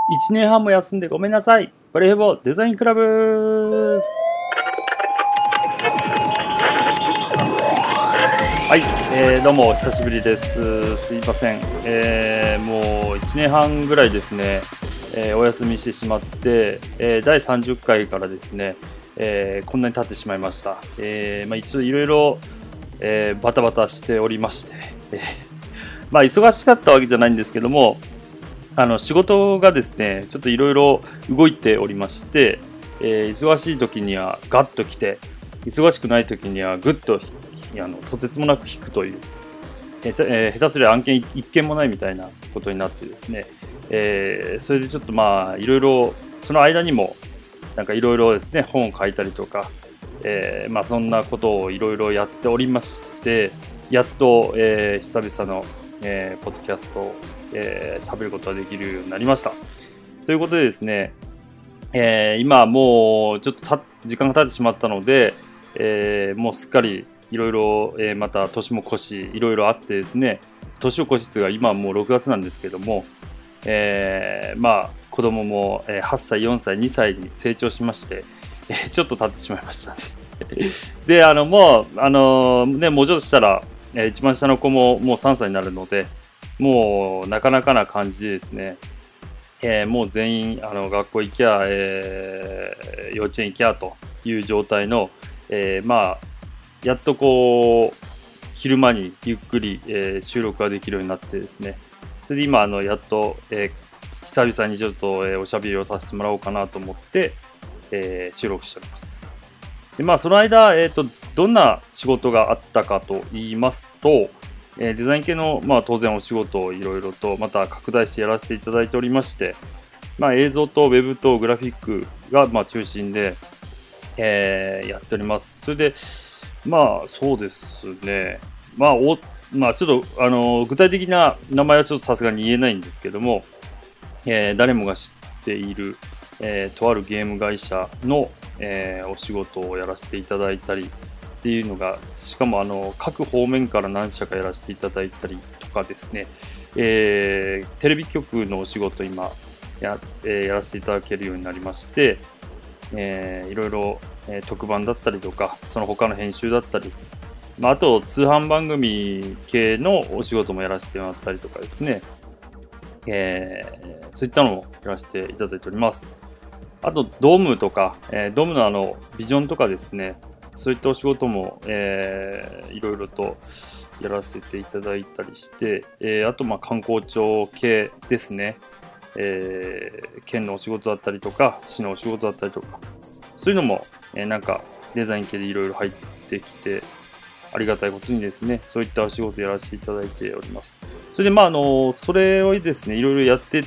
1年半も休んでごめんなさい。バレーヘボデザインクラブ。はい、どうもお久しぶりです。すいません。もう1年半ぐらいですね、お休みしてしまって、第30回からですね、こんなに経ってしまいました。一応いろいろバタバタしておりまして、忙しかったわけじゃないんですけども、仕事がですね、ちょっといろいろ動いておりまして、忙しい時にはガッと来て、忙しくない時にはぐっととてつもなく引くという、下手すりゃ案件一件もないみたいなことになってですね、それでちょっといろいろその間にもなんかいろいろですね、本を書いたりとか、そんなことをいろいろやっておりまして、やっと、久々の、ポッドキャストを喋ることができるようになりました。ということでですね、今もうちょっと時間が経ってしまったので、もうすっかりいろいろまた年も越しいろいろあってですね、年を越しつが今はもう6月なんですけども、子供も8歳4歳2歳に成長しまして、ちょっと経ってしまいましたね。でもうちょっとしたら、一番下の子ももう3歳になるので、もうなかなかな感じでですね、もう全員学校行きゃ、幼稚園行きゃという状態の、やっとこう昼間にゆっくり、収録ができるようになってですね、それで今やっと、久々にちょっと、おしゃべりをさせてもらおうかなと思って、収録しております。でその間、どんな仕事があったかと言いますと、デザイン系の、当然お仕事をいろいろとまた拡大してやらせていただいておりまして、映像とウェブとグラフィックが中心で、やっております。それでそうですね、ちょっと具体的な名前はちょっとさすがに言えないんですけども、誰もが知っている、とあるゲーム会社の、お仕事をやらせていただいたりっていうのが、しかも各方面から何社かやらせていただいたりとかですね、テレビ局のお仕事今やらせていただけるようになりまして、いろいろ、特番だったりとかその他の編集だったり、あと通販番組系のお仕事もやらせてもらったりとかですね、そういったのもやらせていただいております。あとドームとか、ドームのビジョンとかですね、そういったお仕事も、いろいろとやらせていただいたりして、あと観光庁系ですね、県のお仕事だったりとか市のお仕事だったりとか、そういうのも、なんかデザイン系でいろいろ入ってきて、ありがたいことにですね、そういったお仕事をやらせていただいております。それでそれをですね、いろいろやってって、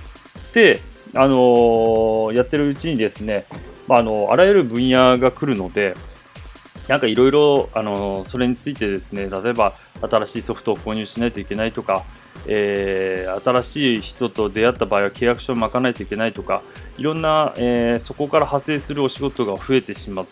やってるうちにですね、あらゆる分野が来るので、なんかいろいろそれについてですね、例えば新しいソフトを購入しないといけないとか、新しい人と出会った場合は契約書を巻かないといけないとか、いろんな、そこから派生するお仕事が増えてしまって、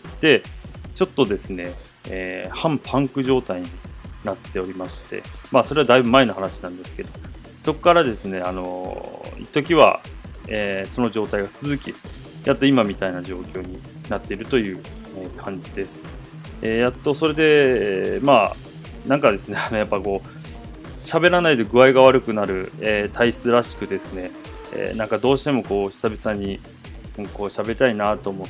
ちょっとですね、半パンク状態になっておりまして、それはだいぶ前の話なんですけど、そこからですね、一時は、その状態が続き、やっと今みたいな状況になっているという、感じです。やっとそれで、なんかですね、やっぱこう喋らないで具合が悪くなる、体質らしくですね、なんかどうしてもこう久々にこう喋りたいなと思って、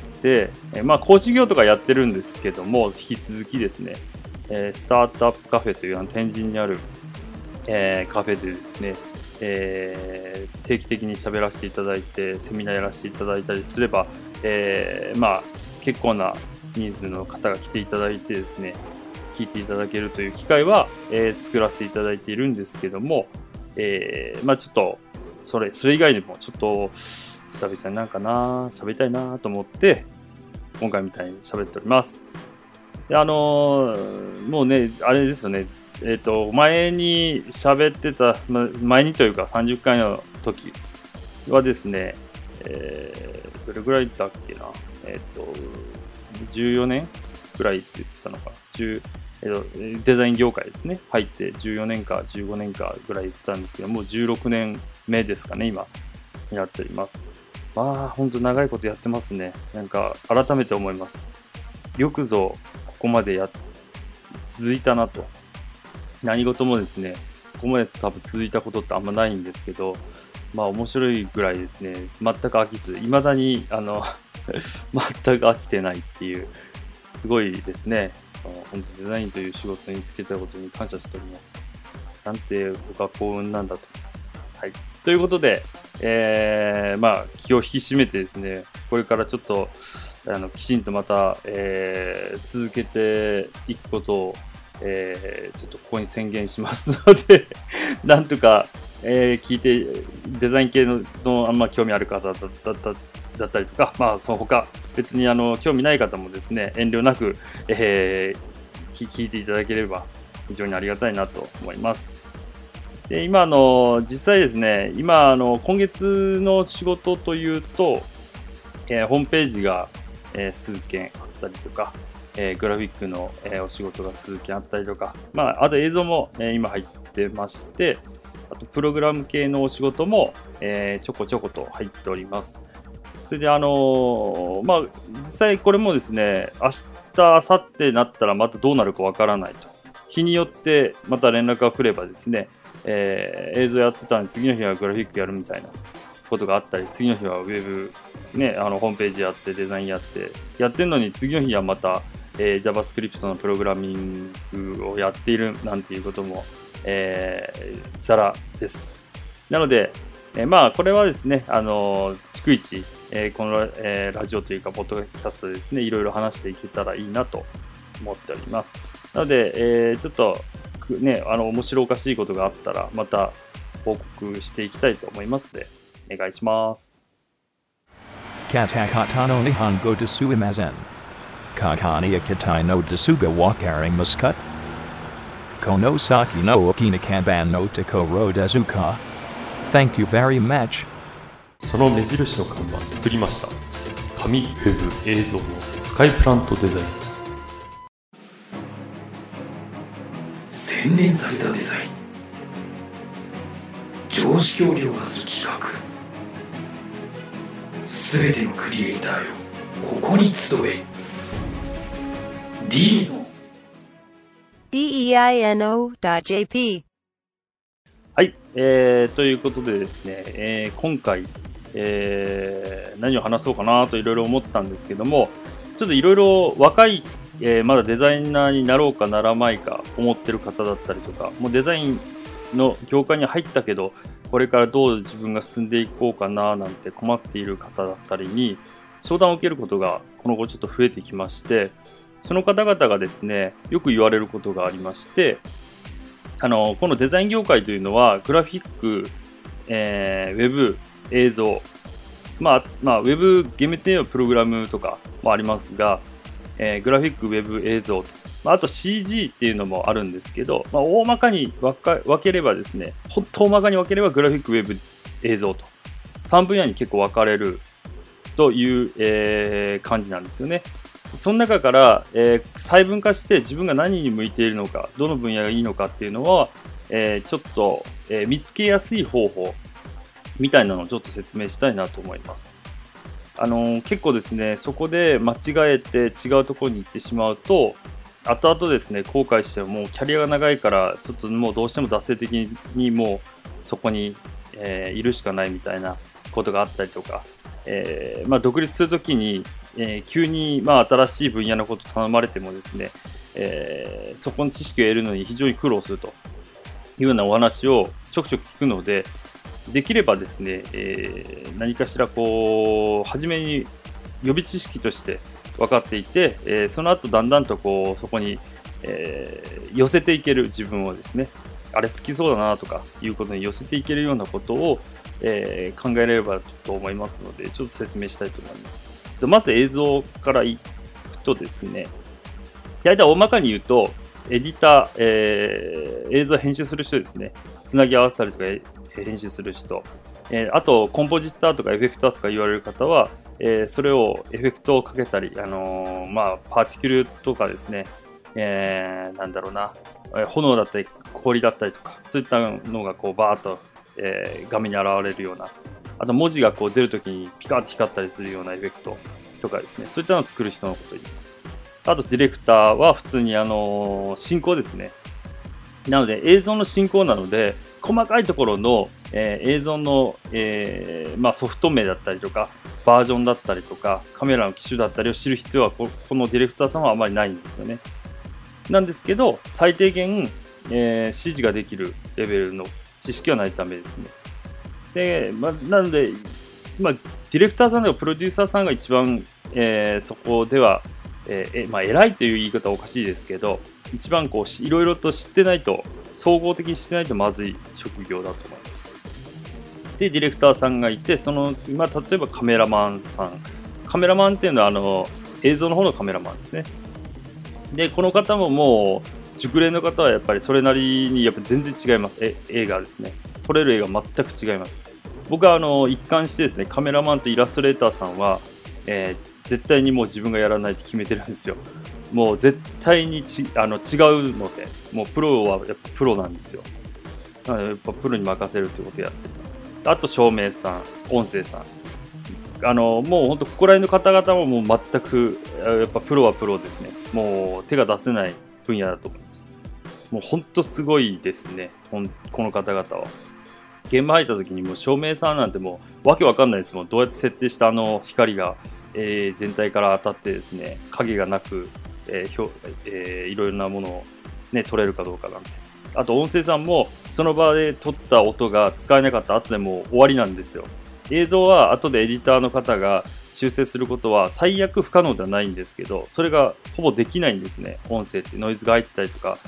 講師業とかやってるんですけども、引き続きですね、スタートアップカフェという天神にある、カフェでですね、定期的に喋らせていただいて、セミナーやらせていただいたりすれば、結構なニーズの方が来ていただいてですね、聞いていただけるという機会は、作らせていただいているんですけども、ちょっとそれ以外にもちょっと久々になんか喋りたいなと思って今回みたいに喋っております。でもうね、あれですよね、前に喋ってた、前にというか30回の時はですね、どれぐらいだっけな、14年ぐらいって言ってたのか、デザイン業界ですね、入って14年か15年かぐらい言ってたんですけども、16年目ですかね、今になっております。 本当長いことやってますね。なんか改めて思います。よくぞここまで続いたなと。何事もですね、ここまで多分続いたことってあんまないんですけど、面白いぐらいですね、全く飽きず、未だに全く飽きてないっていう、すごいですね。本当デザインという仕事に就けたことに感謝しております。なんて僕は幸運なんだと。はい。ということで、気を引き締めてですね、これからちょっと、きちんとまた、続けていくことを、ちょっとここに宣言しますのでなんとか、聞いて、デザイン系のあんま興味ある方だったりとか、その他、別に興味ない方もですね、遠慮なく、聞いていただければ非常にありがたいなと思います。で今実際ですね、今今月の仕事というと、ホームページが、数件あったりとか、グラフィックの、お仕事が数件あったりとか、あと映像も、今入ってまして、あとプログラム系のお仕事も、ちょこちょこと入っております。それで実際これもですね、明日、明後日なったらまたどうなるかわからないと。日によってまた連絡が来ればですね、映像やってたのに次の日はグラフィックやるみたいなことがあったり、次の日はウェブ、ね、ホームページやってデザインやってるのに次の日はまた、JavaScript のプログラミングをやっているなんていうことも、ざらです。なので、これはですね、逐一、この、ラジオというかポッドキャストでですね、いろいろ話していけたらいいなと思っております。なので、ちょっとね、面白おかしいことがあったらまた報告していきたいと思いますので、お願いします。 カタカタの日本語ですいません。かかにやきたいのですがわかりますか？この先の大きな看板のところですか？ Thank you very much。 その目印の看板作りました。紙、ウェブ、映像のスカイプラントデザイン。 洗練されたデザイン、常識を凌駕する企画、すべてのクリエイターよ、ここに集え。 DEINO.jp。 はい、ということでですね、今回、何を話そうかなといろいろ思ったんですけども、ちょっといろいろ若い、まだデザイナーになろうかならないか思ってる方だったりとか、もうデザインの業界に入ったけどこれからどう自分が進んでいこうかななんて困っている方だったりに相談を受けることがこの後ちょっと増えてきまして、その方々がですねよく言われることがありまして、このデザイン業界というのはグラフィック、ウェブ、映像、ウェブ厳密に言えばプログラムとかもありますが、グラフィック、ウェブ、映像、あと CG っていうのもあるんですけど、大まかに分ければですね、本当大まかに分ければグラフィック、ウェブ、映像と3分野に結構分かれるという、感じなんですよね。その中から、細分化して自分が何に向いているのか、どの分野がいいのかっていうのは、ちょっと、見つけやすい方法みたいなのをちょっと説明したいなと思います。結構ですね、そこで間違えて違うところに行ってしまうと、後々ですね、後悔してもうキャリアが長いから、ちょっともうどうしても惰性的にもうそこに、いるしかないみたいなことがあったりとか、独立するときに、急に新しい分野のことを頼まれてもですね、そこの知識を得るのに非常に苦労するというようなお話をちょくちょく聞くので、できればですね、何かしらこう初めに予備知識として分かっていて、その後だんだんとこうそこに、寄せていける自分をですね、あれ好きそうだなとかいうことに寄せていけるようなことを、考えれればと思いますので、ちょっと説明したいと思います。まず映像からいくとですね、大体大まかに言うとエディター、映像編集する人ですね、つなぎ合わせたりとか編集する人、あとコンポジッターとかエフェクターとか言われる方は、それをエフェクトをかけたり、パーティキュルとかですね、炎だったり氷だったりとかそういったのがこうバーッと、画面に現れるようなあと文字がこう出るときにピカッと光ったりするようなエフェクトとかですね、そういったのを作る人のことを言います。あとディレクターは普通に進行ですね。なので映像の進行なので、細かいところの、映像の、ソフト名だったりとか、バージョンだったりとか、カメラの機種だったりを知る必要はこのディレクターさんはあまりないんですよね。なんですけど、最低限、指示ができるレベルの知識はないとダメですね。で、なので、ディレクターさんではプロデューサーさんが一番、そこでは、偉いという言い方はおかしいですけど、一番こういろいろと知ってないと、総合的に知ってないとまずい職業だと思います。で、ディレクターさんがいて、例えばカメラマンさん。カメラマンっていうのは映像の方のカメラマンですね。で、この方ももう、熟練の方はやっぱりそれなりにやっぱ全然違います。映画ですね。撮れる映画全く違います。僕は一貫してですね、カメラマンとイラストレーターさんは、絶対にもう自分がやらないと決めてるんですよ。もう絶対に違うので、もうプロはやっぱプロなんですよ。なのでやっぱプロに任せるということをやってます。あと照明さん、音声さん。もう本当ここら辺の方々ももう全くやっぱプロはプロですね。もう手が出せない分野だと思います。もう本当すごいですね。この方々は。現場入った時にもう照明さんなんてもうわけわかんないですもん。どうやって設定した光が、全体から当たってですね、影がなく、いろいろなものを、ね、撮れるかどうかなんて。あと音声さんもその場で撮った音が使えなかった後でもう終わりなんですよ。映像は後でエディターの方が修正することは最悪不可能ではないんですけど、それがほぼできないんですね。音声ってノイズが入ってたりとか、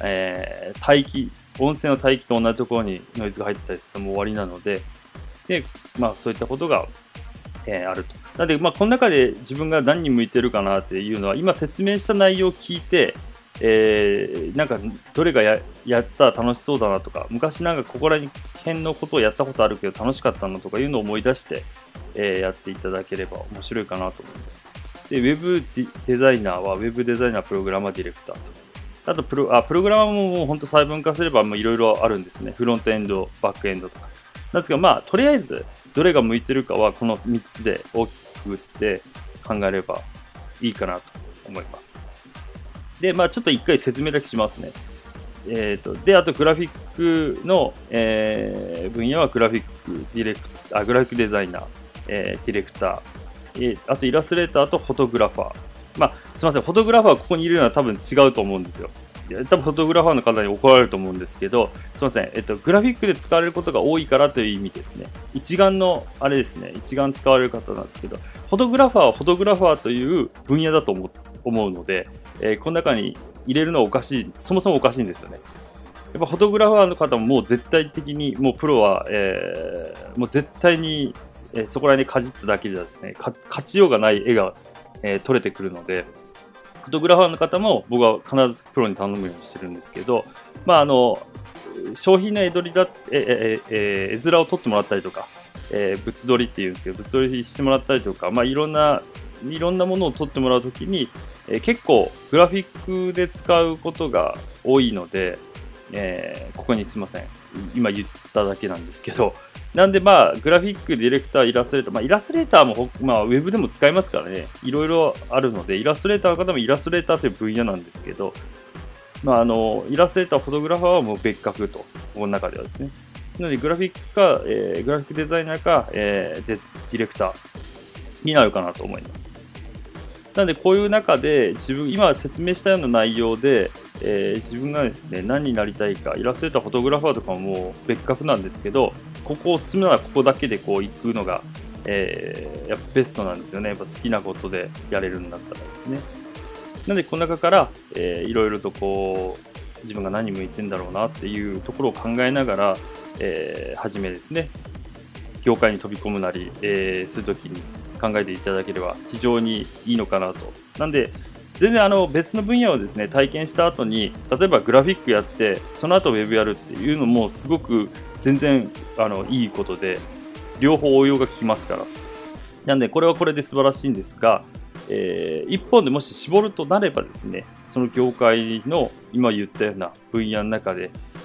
音声の帯域と同じところにノイズが入ってたりするともう終わりなので、そういったことが、あると。なので、この中で自分が何に向いてるかなっていうのは、今説明した内容を聞いて、なんかどれが やったら楽しそうだなとか、昔なんかここら辺のことをやったことあるけど楽しかったのとかいうのを思い出して、やっていただければ面白いかなと思います。で、ウェブデザイナーはウェブデザイナー、プログラマー、ディレクターと。あとプログラマーももう本当細分化すればいろいろあるんですね。フロントエンド、バックエンドとか。なんですが、とりあえずどれが向いてるかはこの3つで大きくくって考えればいいかなと思います。で、ちょっと一回説明だけしますね。で、あとグラフィックの、分野はグラフィックデザイナー、ディレクター、あとイラストレーターとフォトグラファー。すみません、フォトグラファーはここにいるのは多分違うと思うんですよ。多分フォトグラファーの方に怒られると思うんですけど、すみません、グラフィックで使われることが多いからという意味ですね。一眼の、あれですね、一眼使われる方なんですけど、フォトグラファーはフォトグラファーという分野だと思うので、この中に入れるのはおかしい、そもそもおかしいんですよね。やっぱフォトグラファーの方ももう絶対的に、もうプロは、もう絶対に、そこら辺にかじっただけじゃですね、勝ちようがない絵が、撮れてくるので、フォトグラファーの方も僕は必ずプロに頼むようにしてるんですけど、商品の絵面を撮ってもらったりとか、物撮りっていうんですけど、物撮りしてもらったりとか、いろんなものを撮ってもらうときに、結構グラフィックで使うことが多いので、ここにすいません。今言っただけなんですけど、なんでグラフィック、ディレクター、イラストレーター、イラストレーターもウェブでも使えますからね、いろいろあるので、イラストレーターの方もイラストレーターという分野なんですけど、イラストレーター、フォトグラファーはもう別格と、この中ではですね。なので、グラフィックか、グラフィックデザイナーか、ディレクターになるかなと思います。なので、こういう中で、今説明したような内容で、自分がですね、何になりたいか、イラストレーター、フォトグラファーとかももう別格なんですけど、ここを進むならここだけでこう行くのが、やっぱベストなんですよね。やっぱ好きなことでやれるんだったらですね。なので、この中から、いろいろとこう、自分が何向いてんだろうなっていうところを考えながら、初めですね、業界に飛び込むなり、するときに考えていただければ非常にいいのかなと。なんで、全然別の分野をですね、体験した後に、例えばグラフィックやって、その後ウェブやるっていうのもすごく全然いいことで、両方応用が効きますから。なんで、これはこれで素晴らしいんですが、一本でもし絞るとなればですね、その業界の今言ったような分野の中で、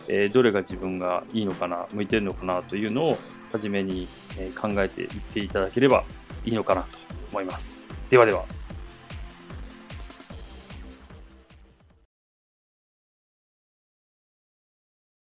どれが自分がいいのかな、向いてるのかなというのを初めに考えていっていただければいいのかなと思います。ではでは。